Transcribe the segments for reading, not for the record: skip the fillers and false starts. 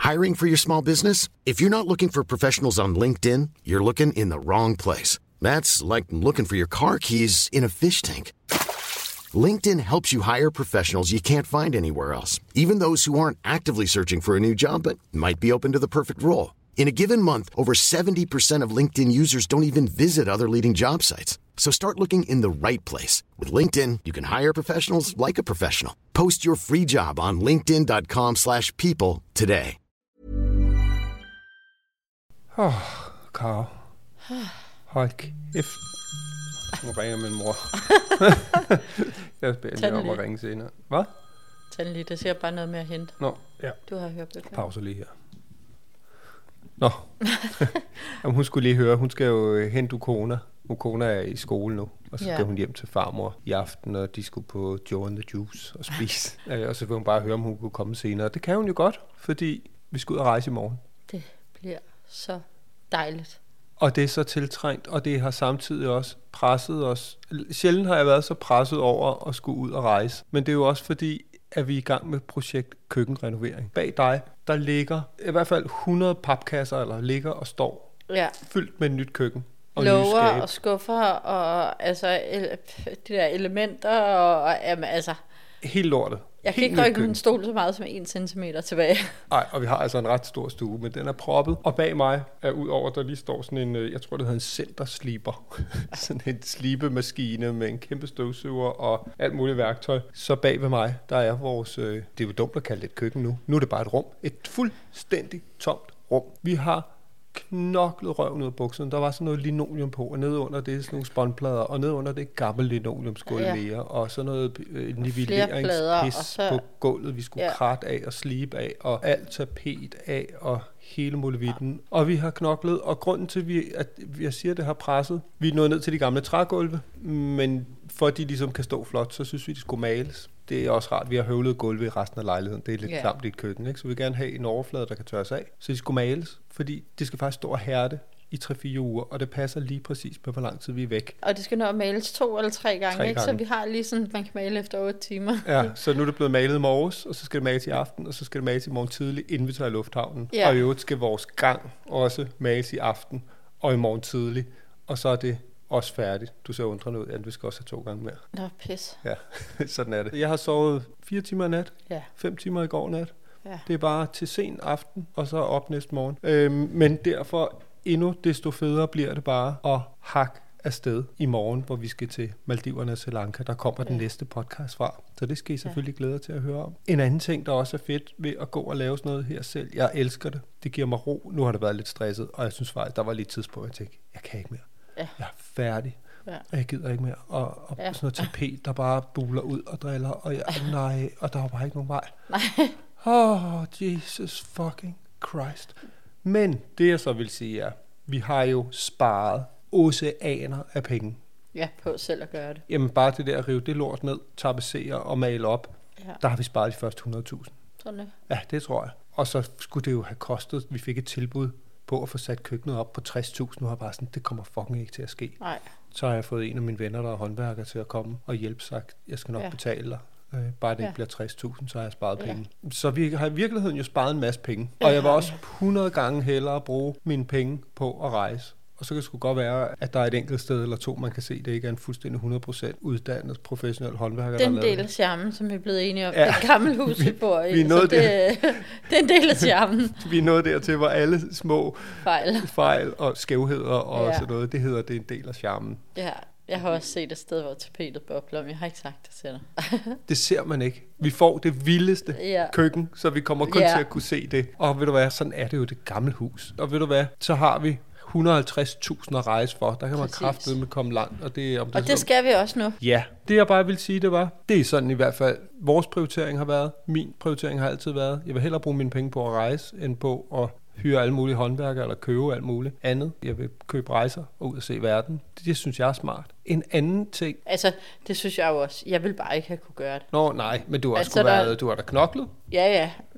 Hiring for your small business? If you're not looking for professionals on LinkedIn, you're looking in the wrong place. That's like looking for your car keys in a fish tank. LinkedIn helps you hire professionals you can't find anywhere else, even those who aren't actively searching for a new job but might be open to the perfect role. In a given month, over 70% of LinkedIn users don't even visit other leading job sites. So start looking in the right place. With LinkedIn, you can hire professionals like a professional. Post your free job on linkedin.com/people today. Karo. Hold kæft. Nu ringer min mor. Jeg beder om at ringe senere. Hvad? Tag lige, det siger bare noget med at hente. Nå, ja. Du har hørt det. Pause lige her. Nå. Jamen, hun skulle lige høre, hun skal jo hente Ukona. Ukona er i skole nu, og så skal hun hjem til farmor i aften, og de skulle på Joe and the Juice og spise. Og så vil hun bare høre, om hun kunne komme senere. Det kan hun jo godt, fordi vi skal ud og rejse i morgen. Det bliver så dejligt. Og det er så tiltrængt, og det har samtidig også presset os. Sjældent har jeg været så presset over at skulle ud og rejse. Men det er jo også fordi, at vi er i gang med projekt køkkenrenovering. Bag dig, der ligger i hvert fald 100 papkasser, eller ligger og står fyldt med et nyt køkken. Låger og skuffer, og altså de der elementer, og jamen, altså... Helt lortet. Jeg kan ikke rykke en stol så meget som 1 centimeter tilbage. Nej, og vi har altså en ret stor stue, men den er proppet. Og bag mig er udover, der lige står sådan en, jeg tror det hedder en centersliber. Sådan en slibemaskine med en kæmpe støvsuger og alt muligt værktøj. Så bag ved mig, der er vores, det er jo dumt at kalde det et køkken nu. Nu er det bare et rum. Et fuldstændig tomt rum. Vi har knoklet røven ud af bukserne. Der var sådan noget linoleum på, og nede under det er sådan nogle spånplader, og nede under det er gammel linoleumsgulv mere, og sådan noget nivelleringspis på gulvet, vi skulle kratte af og slibe af, og alt tapet af, og hele muligheden. Og vi har knoklet, og grunden til, at jeg siger, at det har presset, vi er nået ned til de gamle trægulve, men for at de ligesom kan stå flot, så synes vi, de skulle males. Det er også rart, vi har høvlet gulve i resten af lejligheden. Det er lidt klamt i et køkken, ikke? Så vi vil gerne have en overflade, der kan tørres af. Så de skulle males, fordi det skal faktisk stå og hærde i 3-4 uger, og det passer lige præcis med, hvor lang tid vi er væk. Og det skal nå at males 2 eller 3 gange, ikke? Så vi har lige sådan, man kan male efter 8 timer. Ja, så nu er det blevet malet i morges, og så skal det males i aften, og så skal det males i morgen tidlig, inden vi tager i lufthavnen. Ja. Og i øvrigt skal vores gang også males i aften, og i morgen tidlig, og så er det også færdigt. Du ser undrende ud, at vi skal også have 2 gange mere. Nå, pis. Ja, sådan er det. Jeg har sovet 4 timer i nat, 5 timer i går nat. Ja. Det er bare til sen aften, og så op næste morgen. Men derfor endnu desto federe bliver det bare at hakke afsted i morgen, hvor vi skal til Maldiverne og Sri Lanka. Der kommer den næste podcast fra. Så det skal I selvfølgelig glæde jer til at høre om. En anden ting, der også er fedt ved at gå og lave sådan noget her selv. Jeg elsker det. Det giver mig ro. Nu har det været lidt stresset, og jeg synes faktisk, der var lige et tidspunkt, hvor jeg tænkte, jeg kan ikke mere. Ja. Jeg er færdig. Ja. Og jeg gider ikke mere. Og sådan noget tapet, der bare buler ud og driller. Og og der var bare ikke nogen vej. Nej. Jesus fucking Christ. Men det jeg så vil sige er, vi har jo sparet oceaner af penge. Ja, på selv at gøre det. Jamen bare det der at rive det lort ned, tapetsere og male op, der har vi sparet de første 100.000. Sådan det. Ja, det tror jeg. Og så skulle det jo have kostet, vi fik et tilbud på at få sat køkkenet op på 60.000. Nu har jeg bare sådan, det kommer fucking ikke til at ske. Nej. Så har jeg fået en af mine venner, der er håndværker, til at komme og hjælpe, sagt, jeg skal nok betale dig. Bare det ikke bliver 60.000, så har jeg sparet penge. Så vi har i virkeligheden jo sparet en masse penge. Og jeg vil også 100 gange hellere bruge mine penge på at rejse. Og så kan det sgu godt være, at der er et enkelt sted eller 2, man kan se, det ikke er en fuldstændig 100% uddannet professionel håndværker, den del af charmen, som vi er blevet enige om, det gamle hus, vi bor i. Det er en del af charmen. Vi er nået dertil, hvor alle små fejl og skævheder og sådan noget, det er en del af charmen. Ja. Jeg har også set et sted, hvor tapetet bobler, men jeg har ikke sagt det til dig. Det ser man ikke. Vi får det vildeste køkken, så vi kommer kun til at kunne se det. Og ved du hvad, sådan er det jo det gamle hus. Og ved du hvad, så har vi 150.000 at rejse for. Der kan man kraftedeme komme langt. Og det skal vi også nu. Ja, det jeg bare vil sige, det er sådan i hvert fald, vores prioritering har været. Min prioritering har altid været, jeg vil hellere bruge mine penge på at rejse, end på at hyre alle mulige håndværkere eller købe alt muligt andet. Jeg vil købe rejser og ud og se verden. Det synes jeg er smart. En anden ting... Altså, det synes jeg jo også. Jeg vil bare ikke have kunne gøre det. Nå, nej, men du har også du har da knoklet. Ja,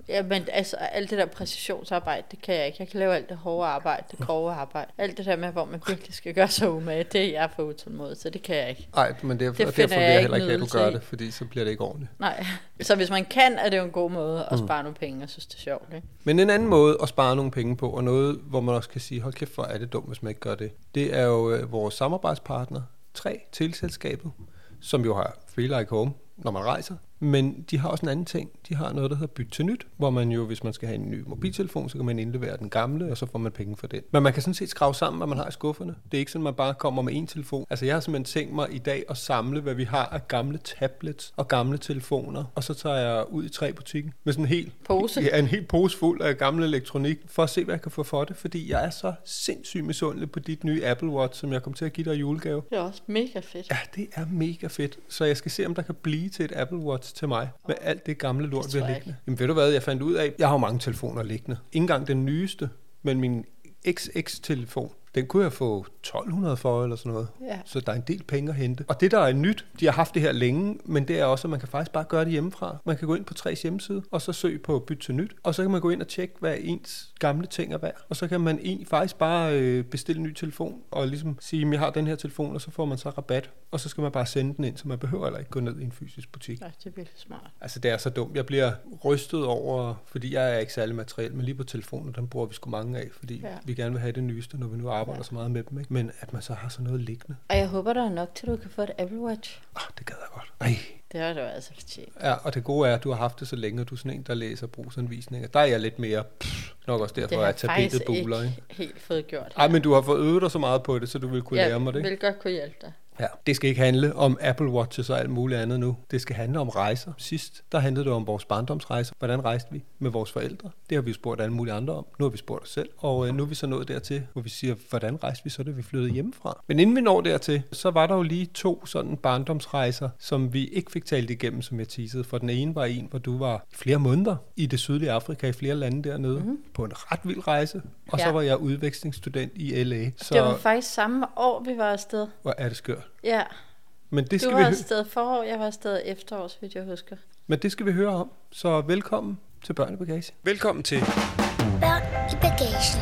Ja, men altså, alt det der præcisionsarbejde, det kan jeg ikke. Jeg kan lave alt det hårde arbejde, det grove arbejde. Alt det der med, hvor man virkelig skal gøre sig umage, det er jeg for utålmodig, så det kan jeg ikke. Nej, men derfor vil jeg heller ikke have, at du gør det, fordi så bliver det ikke ordentligt. Nej, så hvis man kan, er det jo en god måde at spare nogle penge, og synes det er sjovt, ikke? Men en anden måde at spare nogle penge på, og noget, hvor man også kan sige, hold kæft, hvor er det dumt, hvis man ikke gør det, det er jo vores samarbejdspartner, 3 teleselskabet, som jo har Free Like Home, når man rejser. Men de har også en anden ting. De har noget, der hedder byt til nyt, hvor man jo, hvis man skal have en ny mobiltelefon, så kan man indlevere den gamle, og så får man penge for den. Men man kan sådan set skrave sammen, hvad man har i skufferne. Det er ikke sådan, man bare kommer med en telefon. Altså jeg har simpelthen tænkt mig i dag at samle, hvad vi har af gamle tablets og gamle telefoner, og så tager jeg ud i 3-butikken med sådan en hel pose. Ja, en hel pose fuld af gamle elektronik, for at se, hvad jeg kan få for det, fordi jeg er så sindssygt misundelig på dit nye Apple Watch, som jeg kommer til at give dig i julegave. Det er også mega fedt. Ja, det er mega fedt. Så jeg skal se, om der kan blive til et Apple Watch til mig, med alt det gamle lort, vi har liggende. Jamen ved du hvad, jeg fandt ud af, jeg har jo mange telefoner liggende. Ikke engang den nyeste, men min XX-telefon, den kunne jeg få 1200 for eller sådan noget. Ja. Så der er en del penge at hente. Og det, der er nyt, de har haft det her længe, men det er også, at man kan faktisk bare gøre det hjemmefra. Man kan gå ind på 3's hjemmeside, og så søge på byt til nyt. Og så kan man gå ind og tjekke, hvad ens gamle ting er værd. Og så kan man faktisk bare bestille en ny telefon, og ligesom sige, at jeg har den her telefon, og så får man så rabat. Og så skal man bare sende den ind, så man behøver heller ikke gå ned i en fysisk butik. Ja, det er virkelig smart. Altså, det er så dumt. Jeg bliver rystet over, fordi jeg er ikke særlig materiel, men lige på telefonen, den bruger vi sgu mange af, fordi vi gerne vil have det nyeste, når vi nu arbejder så meget med dem, ikke? Men at man så har sådan noget liggende. Og jeg håber, der er nok til, du kan få et Apple Watch. Det gad jeg godt. Ej. Det har du altså fortjent. Ja, og det gode er, at du har haft det så længe, og du er sådan en, der læser brugsanvisninger. Der er jeg lidt mere, nok også derfor, at tapetet buler, ikke? Helt fået gjort. Ej, men du har fået øvet dig så meget på det, så du vil kunne lære mig det. Jeg vil godt kunne hjælpe dig. Ja, det skal ikke handle om Apple Watches og alt muligt andet nu. Det skal handle om rejser. Sidst, der handlede det om vores barndomsrejser. Hvordan rejste vi med vores forældre? Det har vi spurgt alle mulige andre om. Nu har vi spurgt os selv. Og nu er vi så nået dertil, hvor vi siger, hvordan rejste vi så, da vi flyttede hjemmefra? Men inden vi når dertil, så var der jo lige 2 sådan barndomsrejser, som vi ikke fik talt igennem, som jeg teasede. For den ene var en, hvor du var i flere måneder i det sydlige Afrika, i flere lande dernede, på en ret vild rejse. Og så var jeg udvekslingsstudent i LA. Så det var faktisk samme år, vi var afsted. Hvor er det skørt. Ja. Men det skal du var afsted forår, jeg var afsted efterår, så vidt jeg husker. Men det skal vi høre om. Så velkommen til Børn i Bagage. Velkommen til Børn i Bagagen.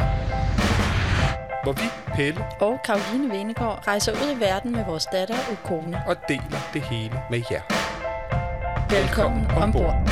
Hvor vi, Pelle og Caroline Venegård, rejser ud i verden med vores datter og kone. Og deler det hele med jer. Velkommen ombord.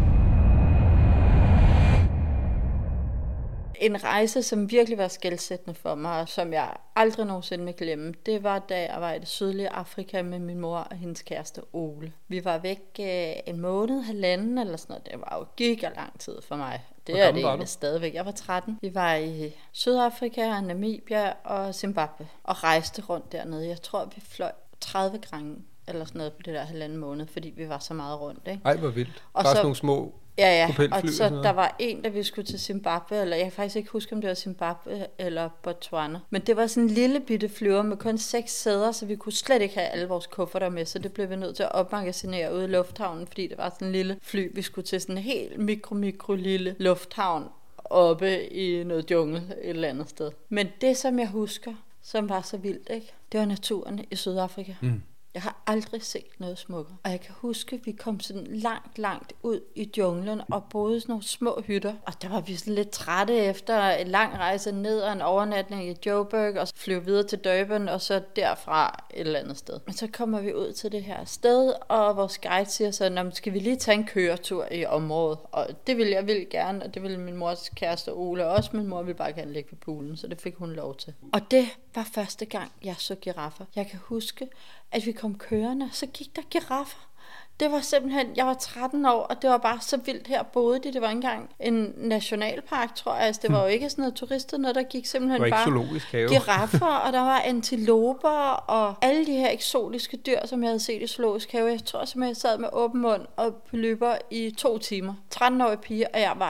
En rejse, som virkelig var skelsættende for mig, og som jeg aldrig nogensinde vil glemme, det var, da jeg var i det sydlige Afrika med min mor og hendes kæreste Ole. Vi var væk en måned, halvanden eller sådan noget. Det var jo giga lang tid for mig. Det er det egentlig stadigvæk. Jeg var 13. Vi var i Sydafrika, Namibia og Zimbabwe og rejste rundt dernede. Jeg tror, vi fløj 30 gange eller sådan noget på det der halvanden måned, fordi vi var så meget rundt. Ikke? Ej, hvor vildt. Og bare så, sådan nogle små ja, og så der var en, der vi skulle til Zimbabwe, eller jeg kan faktisk ikke huske, om det var Zimbabwe eller Botswana. Men det var sådan en lille bitte flyver med kun 6 sæder, så vi kunne slet ikke have alle vores kufferter med, så det blev vi nødt til at opmagasinere ude i lufthavnen, fordi det var sådan en lille fly, vi skulle til sådan en helt mikro lille lufthavn oppe i noget jungle et eller andet sted. Men det, som jeg husker, som var så vildt, ikke? Det var naturen i Sydafrika. Jeg har aldrig set noget smukkere. Og jeg kan huske, at vi kom sådan langt ud i junglen og boede i sådan nogle små hytter. Og der var vi sådan lidt trætte efter en lang rejse ned og en overnatning i Joburg, og så flyve videre til Durban, og så derfra et eller andet sted. Men så kommer vi ud til det her sted, og vores guide siger så, skal vi lige tage en køretur i området? Og det ville jeg vildt gerne, og det ville min mors kæreste Ole også. Min mor ville bare gerne ligge ved poolen, så det fik hun lov til. Og det var første gang, jeg så giraffer. Jeg kan huske, at vi kom kørende, så gik der giraffer. Det var simpelthen, jeg var 13 år, og det var bare så vildt her boede de. Det var ikke engang en nationalpark, tror jeg. Altså, det var jo ikke sådan noget turistet, når der gik simpelthen bare giraffer, og der var antiloper, og alle de her eksotiske dyr, som jeg havde set i zoologisk have. Jeg tror simpelthen, jeg sad med åben mund og polypper i 2 timer. 13-årig pige,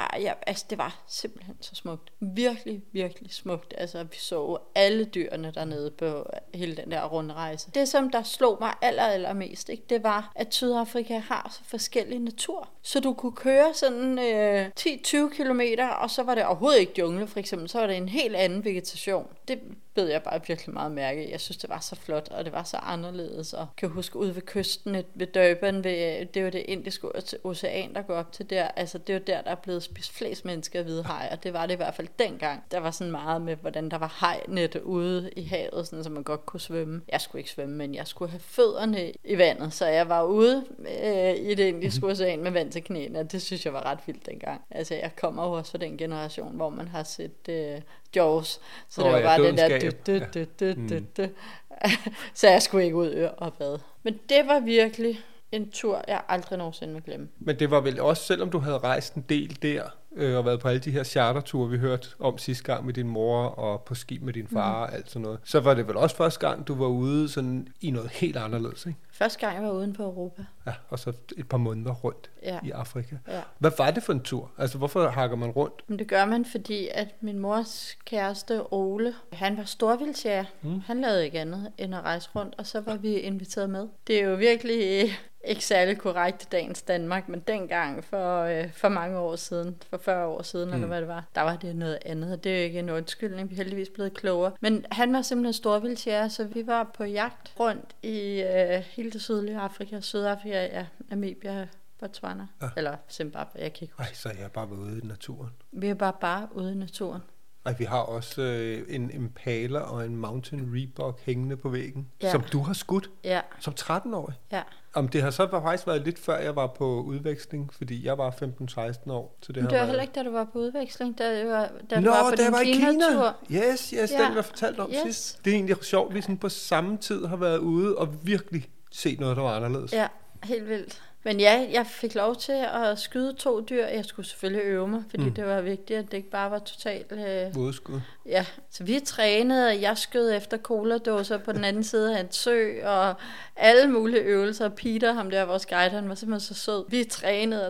og det var simpelthen så smukt. Virkelig, virkelig smukt. Altså, vi så alle dyrene dernede på hele den der rundrejse. Det, som der slog mig allermest, ikke, det var, at Sydafrika har så forskellige natur. Så du kunne køre sådan 10-20 kilometer, og så var det overhovedet ikke jungle, for eksempel. Så var det en helt anden vegetation. Det bed jeg bare virkelig meget mærke. Jeg synes, det var så flot, og det var så anderledes. Og kan huske ude ved kysten ved Durban, det er jo det indiske ocean, der går op til der. Altså, det er jo der er blevet spist flest mennesker af hvidhaj, og det var det i hvert fald dengang. Der var sådan meget med, hvordan der var hajnet ude i havet, sådan, så man godt kunne svømme. Jeg skulle ikke svømme, men jeg skulle have fødderne i vandet, så jeg var ude i det indiske ocean med vand til knæene, og det synes jeg var ret vildt dengang. Altså, jeg kommer jo også fra den generation, hvor man har set Jaws, så det var bare det der så jeg skulle ikke ud og bade. Men det var virkelig en tur, jeg aldrig nogensinde vil glemme. Men det var vel også, selvom du havde rejst en del der, og været på alle de her charterture, vi hørte om sidste gang med din mor, og på ski med din far og alt sådan noget, så var det vel også første gang, du var ude sådan i noget helt anderledes, ikke? Første gang, jeg var uden på Europa. Ja, og så et par måneder rundt i Afrika. Ja. Hvad var det for en tur? Altså, hvorfor hakker man rundt? Men det gør man, fordi at min mors kæreste, Ole, han var storvildtjæger. Han lavede ikke andet end at rejse rundt, og så var vi inviteret med. Det er jo virkelig ikke særlig korrekt i dagens Danmark, men dengang for mange år siden, for 40 år siden, eller hvad det var, der var det noget andet. Det er jo ikke en undskyldning, vi er heldigvis blevet klogere. Men han var simpelthen storvildtjæger, så vi var på jagt rundt i hele det sydlige Afrika, Sydafrika, ja, Namibia, Botswana, eller Zimbabwe, jeg kan ikke huske. Ej, så er jeg bare ude i naturen. Vi er bare ude i naturen. Ej, vi har også en impala og en mountain reebok hængende på væggen, som du har skudt som 13-årig. Ja. Om det har så faktisk været lidt før jeg var på udveksling, fordi jeg var 15-16 år. Så det men har det var været... heller ikke, da du var på udveksling, da du var på din Kina-tur. Yes, den var fortalt om sidst. Det er egentlig sjovt, vi sådan på samme tid har været ude og virkelig set noget, der var anderledes. Ja, helt vildt. Men ja, jeg fik lov til at skyde 2 dyr. Jeg skulle selvfølgelig øve mig, fordi det var vigtigt, at det ikke bare var totalt... Vådeskud. Ja, så vi trænede, og jeg skød efter coladåser på den anden side af en sø, og alle mulige øvelser. Og Peter, ham der, vores guide, han var simpelthen så sød. Vi trænede,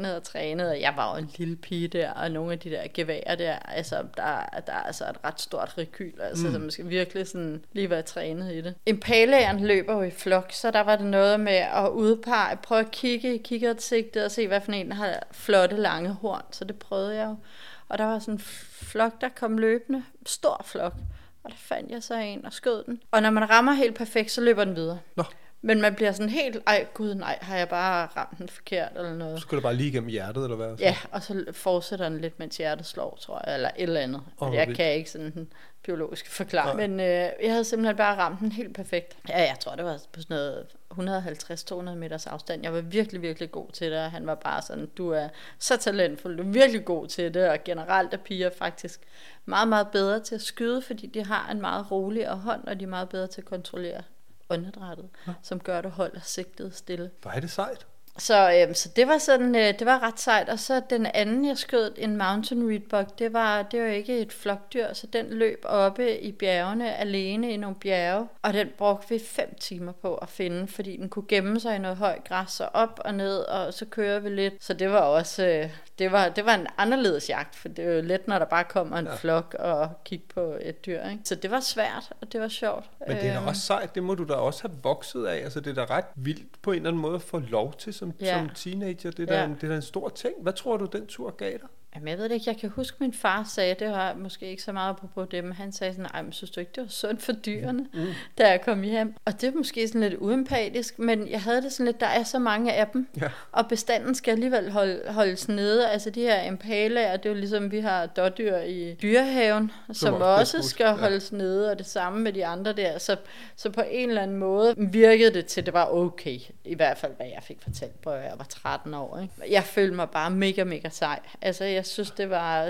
og jeg var jo en lille pige der, og nogle af de der geværer der, altså, der er altså et ret stort rekyl, altså, så man skal virkelig sådan lige være trænet i det. Impalaen løber jo i flok, så der var det noget med at udpege, prøve at kigge i kikkertsigtet og se, hvad for en der har flotte, lange horn, så det prøvede jeg jo. Og der var sådan en flok, der kom løbende, stor flok, og der fandt jeg så en og skød den. Og når man rammer helt perfekt, så løber den videre. Nå. Men man bliver sådan helt, har jeg bare ramt den forkert eller noget. Så skulle det bare lige igennem hjertet, eller hvad? Ja, og så fortsætter den lidt, mens hjertet slår, tror jeg, eller et eller andet. Jeg kan ikke sådan den biologiske forklare. Men jeg havde simpelthen bare ramt den helt perfekt. Ja, jeg tror, det var på sådan noget 150-200 meters afstand. Jeg var virkelig, virkelig god til det, og han var bare sådan, du er så talentfuld, du er virkelig god til det, og generelt er piger faktisk meget, meget bedre til at skyde, fordi de har en meget roligere hånd, og de er meget bedre til at kontrollere åndedrættet, som gør, at du holder sigtet stille. Hvor er det sejt? Så det var sådan, det var ret sejt. Og så den anden, jeg skød, en mountain reedbuck, det var jo ikke et flokdyr, så den løb oppe i bjergene alene i nogle bjerge, og den brugte vi 5 timer på at finde, fordi den kunne gemme sig i noget højt græs, og op og ned, og så kører vi lidt. Så det var også, det var en anderledes jagt, for det er jo let, når der bare kommer en flok og kigge på et dyr, ikke? Så det var svært, og det var sjovt. Men det er da også sejt, det må du da også have vokset af. Altså det er da ret vildt på en eller anden måde at få lov til som teenager. Det er da en stor ting. Hvad tror du, den tur gav dig? Jamen, jeg ved det ikke. Jeg kan huske, min far sagde, det var måske ikke så meget på det, men han sagde sådan, ej, men synes du ikke, det var sundt for dyrene, da jeg kom hjem? Og det er måske sådan lidt uempatisk, men jeg havde det sådan lidt, der er så mange af dem, og bestanden skal alligevel holdes nede. Altså de her impalaer, det er jo ligesom, vi har dårdyr i dyrehaven, som også skal holdes nede, og det samme med de andre der. Så på en eller anden måde virkede det til, det var okay. I hvert fald, hvad jeg fik fortalt på, jeg var 13 år. Ikke? Jeg følte mig bare mega, mega sej. Altså, jeg synes, det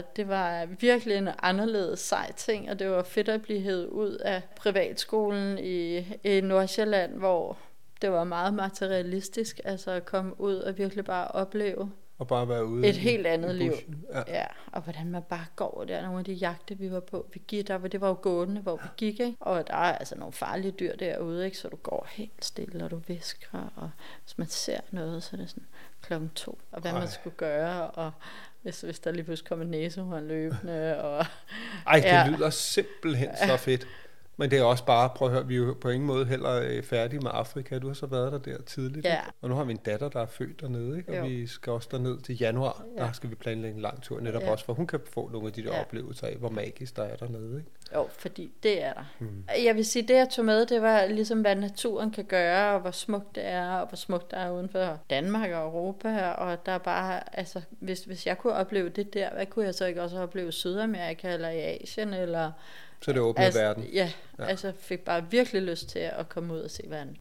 var virkelig en anderledes sej ting, og det var fedt at blive hævet ud af privatskolen i Nordsjælland, hvor det var meget materialistisk, altså at komme ud og virkelig bare opleve og bare være ude et helt andet liv. Ja, og hvordan man bare går der, nogle af de jagter, vi var på. Det var jo gående, hvor vi gik, ikke? Og der er altså nogle farlige dyr derude, ikke? Så du går helt stille, og du visker, og hvis man ser noget, så er det sådan 2:00, og hvad man skulle gøre, og hvis der lige pludselig kom en næsehorn løbende. Og, det lyder simpelthen så fedt. Men det er også bare, prøv at høre, vi er jo på ingen måde heller færdige med Afrika. Du har så været der tidligt. Ja. Og nu har vi en datter, der er født dernede, ikke? Og Jo. vi skal også derned til januar. Ja. Der skal vi planlægge en lang tur, netop også, for hun kan få nogle af de der oplevelser af, hvor magisk der er dernede, ikke? Jo, fordi det er der. Jeg vil sige, det jeg tog med, det var ligesom, hvad naturen kan gøre, og hvor smukt det er, og hvor smukt det er uden for Danmark og Europa, og der er bare, altså, hvis jeg kunne opleve det der, hvad kunne jeg så ikke også opleve i Sydamerika, eller i Asien, eller... Så det åbner verden. Ja, altså fik bare virkelig lyst til at komme ud og se verden.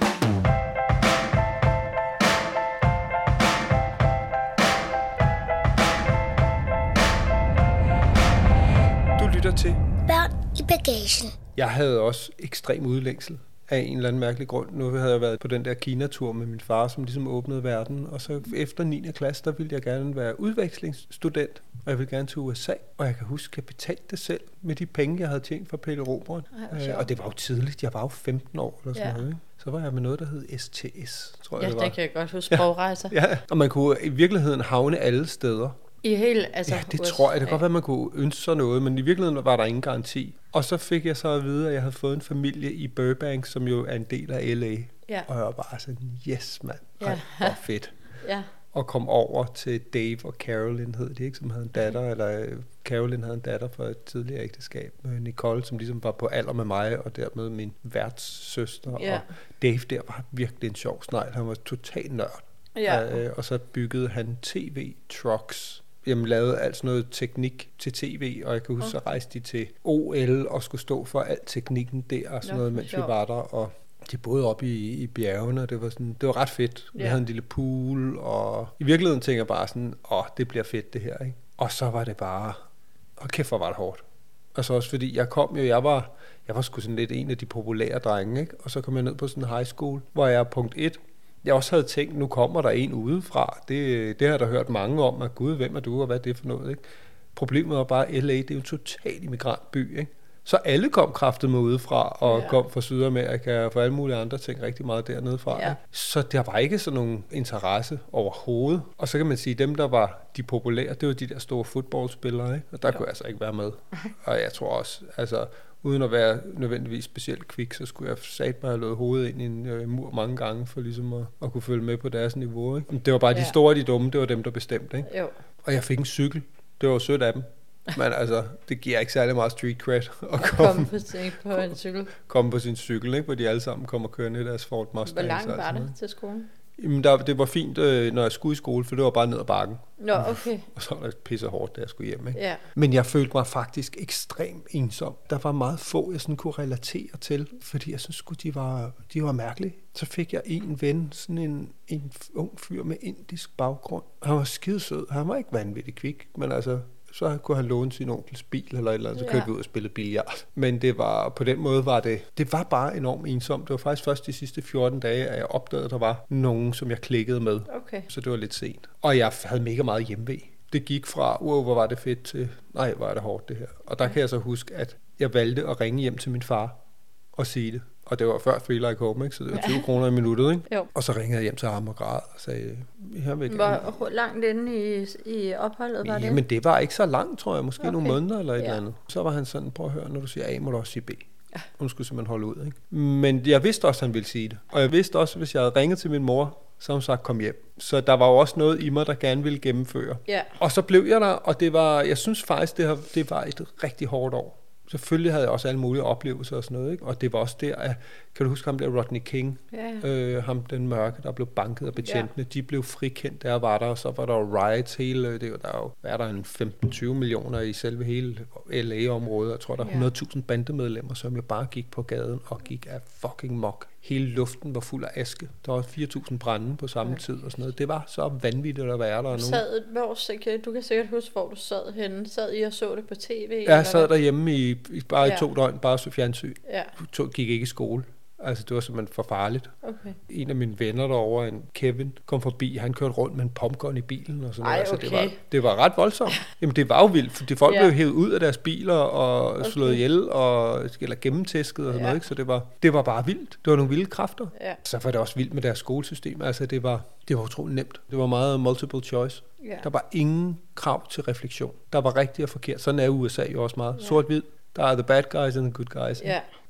Du lytter til Børn i bagagen. Jeg havde også ekstrem udlængsel af en eller anden mærkelig grund. Nu havde jeg været på den der Kina-tur med min far, som ligesom åbnede verden. Og så efter 9. klasse, der ville jeg gerne være udvekslingsstudent. Og jeg ville gerne til USA. Og jeg kan huske, at jeg betalte det selv med de penge, jeg havde tjent fra Pelle Robren. Og det var jo tidligt. Jeg var jo 15 år eller sådan noget. Ikke? Så var jeg med noget, der hed STS, tror jeg det var. Ja, det kan jeg godt huske. Sprogrejser. Ja, og man kunne i virkeligheden havne alle steder. I hele, altså... Ja, det tror jeg. Det kan godt være, at man kunne ønske sig noget, men i virkeligheden var der ingen garanti. Og så fik jeg så at vide, at jeg havde fået en familie i Burbank, som jo er en del af LA. Ja. Og jeg var bare sådan, yes mand, hvor fedt. Ja. Og kom over til Dave og Carolyn, hed de ikke, som havde en datter, eller Carolyn havde en datter fra et tidligere ægteskab med Nicole, som ligesom var på alder med mig, og dermed min værtssøster. Ja. Og Dave der var virkelig en sjov snegl. Han var total nørd. Ja. Og så byggede han tv-trucks. Jamen lavede alt sådan noget teknik til tv, og jeg kan huske, så rejste de til OL og skulle stå for al teknikken der og sådan noget, mens vi var der, og de boede oppe i bjergene, og det var ret fedt. Vi havde en lille pool, og i virkeligheden tænker jeg bare sådan, det bliver fedt det her, ikke? Og så var det bare, kæft hvor var det hårdt. Og så også fordi jeg var sgu sådan lidt en af de populære drenge, ikke? Og så kom jeg ned på sådan en high school, hvor jeg er punkt 1. Jeg også havde tænkt, nu kommer der en udefra. Det har jeg da hørt mange om, at gud, hvem er du, og hvad er det for noget, ikke? Problemet var bare, at LA, det er jo en total immigrantby, ikke? Så alle kom kraftet med udefra, og kom fra Sydamerika, og fra alle mulige andre ting, rigtig meget dernede fra. Ja. Så der var ikke sådan nogen interesse overhovedet. Og så kan man sige, at dem, der var de populære, det var de der store fodboldspillere, ikke? Og der kunne jeg altså ikke være med. Og jeg tror også, altså... Uden at være nødvendigvis specielt kvik, så skulle jeg satme have løbet hovedet ind i en mur mange gange, for ligesom at kunne følge med på deres niveau. Ikke? Det var bare de store og de dumme, det var dem, der bestemte. Ikke? Jo. Og jeg fik en cykel. Det var sødt af dem. Men altså, det giver ikke særlig meget street cred at komme på sin cykel, ikke? Hvor de alle sammen kommer kørende i deres Ford Mustang. Hvor langt var det til skolen? Jamen, det var fint, når jeg skulle i skole, for det var bare ned ad bakken. Nå, okay. Og så var det pisse hårdt, da jeg skulle hjem. Ikke? Ja. Men jeg følte mig faktisk ekstremt ensom. Der var meget få, jeg sådan kunne relatere til, fordi jeg synes de var mærkelige. Så fik jeg en ven, sådan en ung fyr med indisk baggrund. Han var skidesød. Han var ikke vanvittig kvik, men altså... Så kunne han låne sin onkels bil eller et eller andet, så kørte vi ud og spillede billard. Men det var, på den måde var det var bare enormt ensomt. Det var faktisk først de sidste 14 dage, at jeg opdagede, at der var nogen, som jeg klikkede med. Okay. Så det var lidt sent. Og jeg havde mega meget hjemve. Det gik fra, hvor var det fedt, til, nej, hvor er det hårdt det her. Og der kan jeg så huske, at jeg valgte at ringe hjem til min far og sige det. Og det var før Feel Like Home, ikke? Så det var 20 kroner i minuttet, ikke? Jo. Og så ringede jeg hjem til ham og græd og sagde, her vil hvor langt inde i opholdet var det? Jamen det var ikke så langt, tror jeg. Måske nogle måneder eller et eller andet. Så var han sådan, prøv at høre, når du siger A, må du også sige B. Ja. Hun skulle simpelthen holde ud, ikke? Men jeg vidste også, at han ville sige det. Og jeg vidste også, hvis jeg havde ringet til min mor, så hun sagt, kom hjem. Så der var jo også noget i mig, der gerne ville gennemføre. Ja. Og så blev jeg der, og jeg synes faktisk, det var et rigtig hårdt år. Selvfølgelig havde jeg også alle mulige oplevelser og sådan noget, ikke? Og det var også der, at, kan du huske ham der, Rodney King? Ja. Ham den mørke, der blev banket af betjentene. Ja. De blev frikendt, der var der, og så var der jo riots hele, der er der en 15-20 millioner i selve hele LA-området. Jeg tror, der er 100.000 bandemedlemmer, som jo bare gik på gaden og gik af fucking mok. Hele luften var fuld af aske. Der var 4.000 brande på samme tid og sådan noget. Det var så vanvittigt at være der nu. Du kan sikkert huske, hvor du sad henne. Sad I og så det på tv? Ja, jeg sad derhjemme i 2 døgn, bare så fjernsyn. Ja. Gik ikke i skole. Altså, det var simpelthen for farligt. Okay. En af mine venner derovre, en Kevin, kom forbi. Han kørte rundt med en popcorn i bilen og sådan noget. Altså, det var ret voldsomt. Jamen, det var jo vildt, fordi folk blev hævet ud af deres biler og slået ihjel eller gennemtæsket og sådan noget. Ikke? Så det var bare vildt. Det var nogle vilde kræfter. Ja. Så var det også vildt med deres skolesystem. Altså, det var utroligt nemt. Det var meget multiple choice. Ja. Der var ingen krav til refleksion. Der var rigtigt og forkert. Sådan er USA jo også meget. Sort-hvid. Der er the bad guys and the good guys. Ja.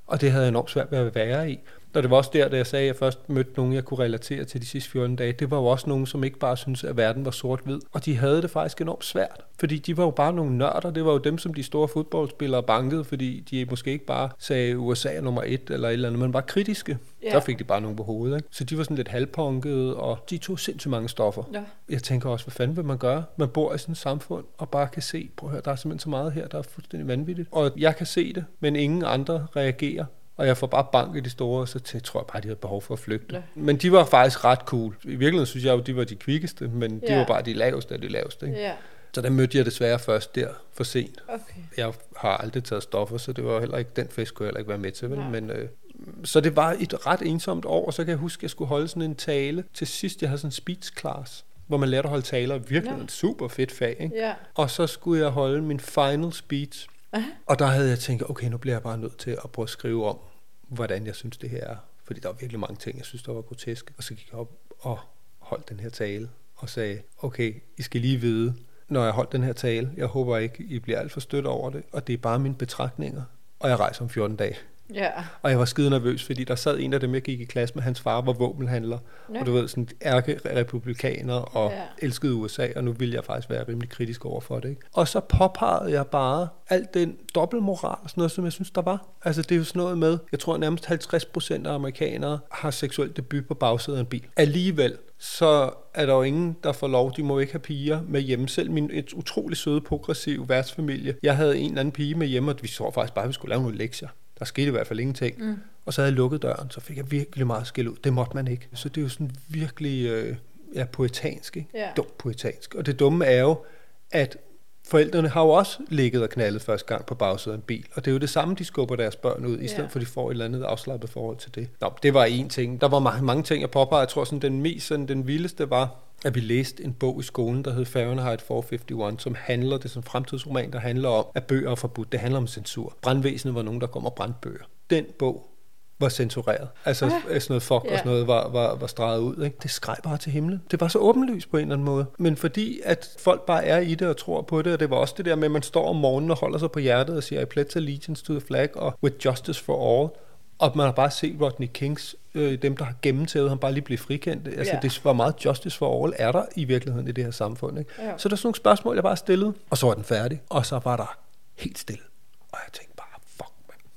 Og det havde jeg enormt svært ved at være i. Og det var også der, da jeg sagde, at jeg først mødte nogen, jeg kunne relatere til de sidste 14 dage. Det var jo også nogen, som ikke bare syntes, at verden var sort-hvid. Og de havde det faktisk enormt svært. Fordi de var jo bare nogle nørder. Det var jo dem, som de store fodboldspillere bankede, fordi de måske ikke bare sagde USA er nummer 1 eller et eller andet, men var kritiske. Ja. Så fik de bare nogen på hovedet. Ikke? Så de var sådan lidt halvpunkede, og de tog sindssygt mange stoffer. Ja. Jeg tænker også, hvad fanden vil man gøre? Man bor i sådan et samfund og bare kan se, prøv at høre, der er simpelthen så meget her, der er fuldstændig vanvittigt. Og jeg kan se det, men ingen andre reagerer. Og jeg får bare bank i de store, så tror jeg bare, de havde behov for at flygte. Ja. Men de var faktisk ret cool. I virkeligheden synes jeg jo, de var de kvikkeste, men de var bare de laveste af de laveste. Ikke? Ja. Så der mødte jeg desværre først der for sent. Okay. Jeg har aldrig taget stoffer, så det var heller ikke, den fest kunne jeg heller ikke være med til. Men, så det var et ret ensomt år, og så kan jeg huske, at jeg skulle holde sådan en tale. Til sidst, jeg havde sådan en speech class, hvor man lærte at holde taler. Virkelig et super fedt fag. Ikke? Ja. Og så skulle jeg holde min final speech. Og der havde jeg tænkt, okay, nu bliver jeg bare nødt til at prøve at skrive om, hvordan jeg synes, det her er. Fordi der var virkelig mange ting, jeg synes, der var groteske. Og så gik jeg op og holdt den her tale og sagde, okay, I skal lige vide, når jeg holdt den her tale, jeg håber ikke, I bliver alt for stødt over det, og det er bare mine betragtninger, og jeg rejser om 14 dage. Ja. Og jeg var skide nervøs, fordi der sad en af dem, jeg gik i klasse med, hans far var våbenhandler, og du ved, sådan ærkerepublikaner og elskede USA, og nu ville jeg faktisk være rimelig kritisk over for det. Ikke? Og så påpegede jeg bare alt den dobbeltmoral, sådan noget, som jeg synes, der var. Altså det er jo sådan noget med, jeg tror nærmest 50% af amerikanere har seksuel debut på bagsædet af en bil. Alligevel så er der jo ingen, der får lov. De må ikke have piger med hjemme. Selv min et utrolig søde, progressiv værtsfamilie. Jeg havde en eller anden pige med hjemme, og vi så faktisk bare, at vi skulle lave nogle lektier. Der skete i hvert fald ingenting. Og så havde jeg lukket døren, så fik jeg virkelig meget skæld ud. Det måtte man ikke. Så det er jo sådan virkelig poetansk, ikke? Ja. Dumt poetansk. Og det dumme er jo, at forældrene har jo også ligget og knaldet første gang på bagsædet af en bil. Og det er jo det samme, de skubber deres børn ud, i stedet for at de får et eller andet afslappet forhold til det. Nå, det var en ting. Der var mange ting, jeg påpegede. Jeg tror, sådan, den vildeste var, at vi læste en bog i skolen, der hed Fahrenheit 451, som handler, det er sådan en fremtidsroman, der handler om, at bøger er forbudt. Det handler om censur. Brandvæsenet var nogen, der kom og brændte bøger. Den bog var censureret. Altså sådan noget fuck og sådan noget var streget ud. Ikke? Det skreg bare til himlen. Det var så åbenlyst på en eller anden måde. Men fordi at folk bare er i det og tror på det, og det var også det der med, at man står om morgenen og holder sig på hjertet og siger, I pledge allegiance to the flag og with justice for all. Og man har bare set Rodney Kings, dem der har gennemtævet, han bare lige blev frikendt. Altså det var meget justice for all, er der i virkeligheden i det her samfund. Ikke? Ja. Så der er sådan nogle spørgsmål, jeg bare stillede, og så var den færdig. Og så var der helt stille. Og jeg tænkte bare, fuck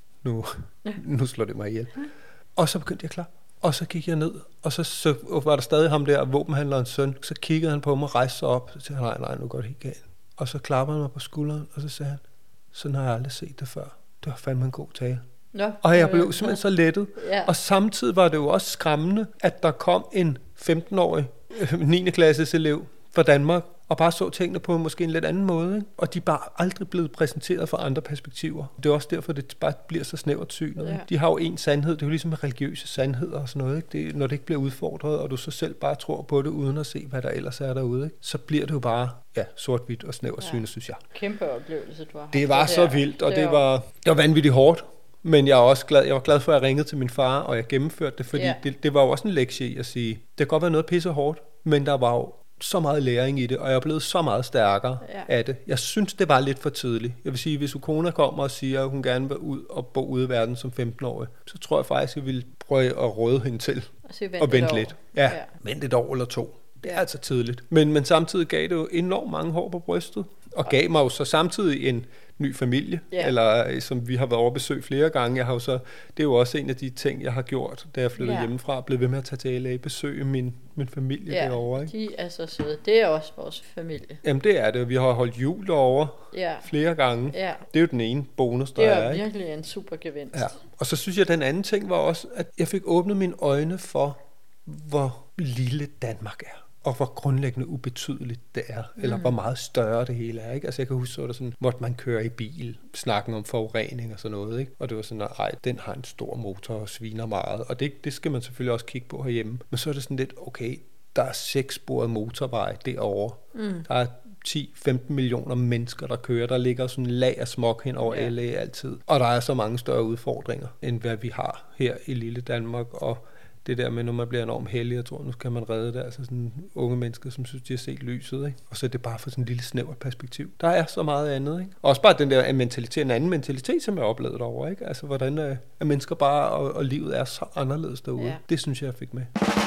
man, nu slår det mig ihjel. Og så begyndte jeg klar. Og så gik jeg ned, og så var der stadig ham der, våbenhandlerens søn. Så kiggede han på mig og rejste sig op, og så sagde han, nej, nu går det helt galt. Og så klappede han mig på skulderen, og så sagde han, sådan har jeg aldrig set det før. Det var fandme en god tale. Ja, og jeg blev simpelthen så lettet. Ja. Og samtidig var det jo også skræmmende, at der kom en 15-årig 9. klasses elev fra Danmark, og bare så tingene på måske en lidt anden måde. Ikke? Og de er bare aldrig blevet præsenteret fra andre perspektiver. Det er også derfor, det bare bliver så snævert synet. Ja. De har jo en sandhed, det er jo ligesom religiøse sandheder og sådan noget. Ikke? Det, når det ikke bliver udfordret, og du så selv bare tror på det, uden at se, hvad der ellers er derude, ikke? Så bliver det jo bare sort-hvidt og snævert synet, synes jeg. Kæmpe oplevelse, du har. Det var så vildt, og det var vanvittigt hårdt. Men jeg er også glad. Jeg var glad for, at jeg ringede til min far, og jeg gennemførte det, fordi det var jo også en lektie i at sige, det kan godt være noget pisse hårdt, men der var jo så meget læring i det, og jeg er blevet så meget stærkere af det. Jeg synes, det var lidt for tidligt. Jeg vil sige, hvis Ukona kommer og siger, at hun gerne vil ud og bo ude i verden som 15-årig, så tror jeg faktisk, at jeg vil prøve at råde hende til og vente lidt. Ja, vente et år eller 2. Det er altså tidligt. Men samtidig gav det jo enormt mange hår på brystet, og gav mig jo så samtidig en ny familie, eller som vi har været over besøg flere gange. Jeg har jo så, det er jo også en af de ting, jeg har gjort, da jeg flyttede hjemmefra, blev ved med at tage til LA, besøge min familie derovre. Ikke? De er så søde. Det er også vores familie. Jamen det er det. Vi har holdt jul derovre flere gange. Ja. Det er jo den ene bonus, der er. Det er virkelig en super gevinst. Ja. Og så synes jeg, at den anden ting var også, at jeg fik åbnet mine øjne for, hvor lille Danmark er. Og hvor grundlæggende ubetydeligt det er, eller hvor meget større det hele er, ikke? Altså jeg kan huske, så der sådan, måtte man køre i bil, snakken om forurening og sådan noget, ikke? Og det var sådan, den har en stor motor og sviner meget, og det skal man selvfølgelig også kigge på herhjemme. Men så er det sådan lidt, okay, der er 6-sporet motorvej derovre. Der er 10-15 millioner mennesker, der kører. Der ligger sådan en lag af smog hen over LA altid. Og der er så mange større udfordringer, end hvad vi har her i lille Danmark, og det der med, når man bliver enormt heldig, jeg tror, nu kan man redde det, altså sådan unge mennesker, som synes, de har set lyset, ikke? Og så er det bare for sådan en lille snævert perspektiv. Der er så meget andet, ikke? Og også bare den der mentalitet, en anden mentalitet, som jeg oplevede derovre, ikke? Altså, hvordan at mennesker bare, og livet er så anderledes derude. Ja. Det synes jeg fik med.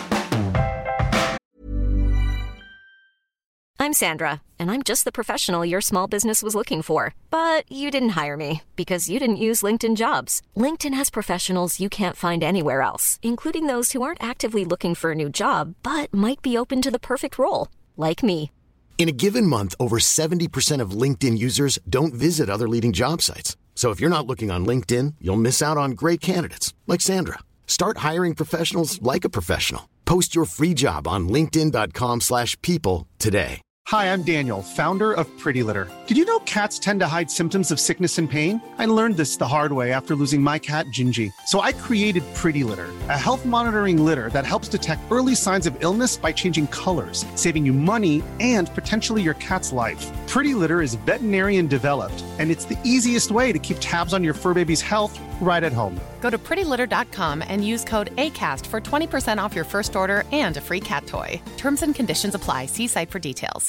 I'm Sandra, and I'm just the professional your small business was looking for. But you didn't hire me because you didn't use LinkedIn Jobs. LinkedIn has professionals you can't find anywhere else, including those who aren't actively looking for a new job, but might be open to the perfect role, like me. In a given month, over 70% of LinkedIn users don't visit other leading job sites. So if you're not looking on LinkedIn, you'll miss out on great candidates like Sandra. Start hiring professionals like a professional. Post your free job on linkedin.com/people today. Hi, I'm Daniel, founder of Pretty Litter. Did you know cats tend to hide symptoms of sickness and pain? I learned this the hard way after losing my cat, Gingy. So I created Pretty Litter, a health monitoring litter that helps detect early signs of illness by changing colors, saving you money and potentially your cat's life. Pretty Litter is veterinarian developed, and it's the easiest way to keep tabs on your fur baby's health right at home. Go to prettylitter.com and use code ACAST for 20% off your first order and a free cat toy. Terms and conditions apply. See site for details.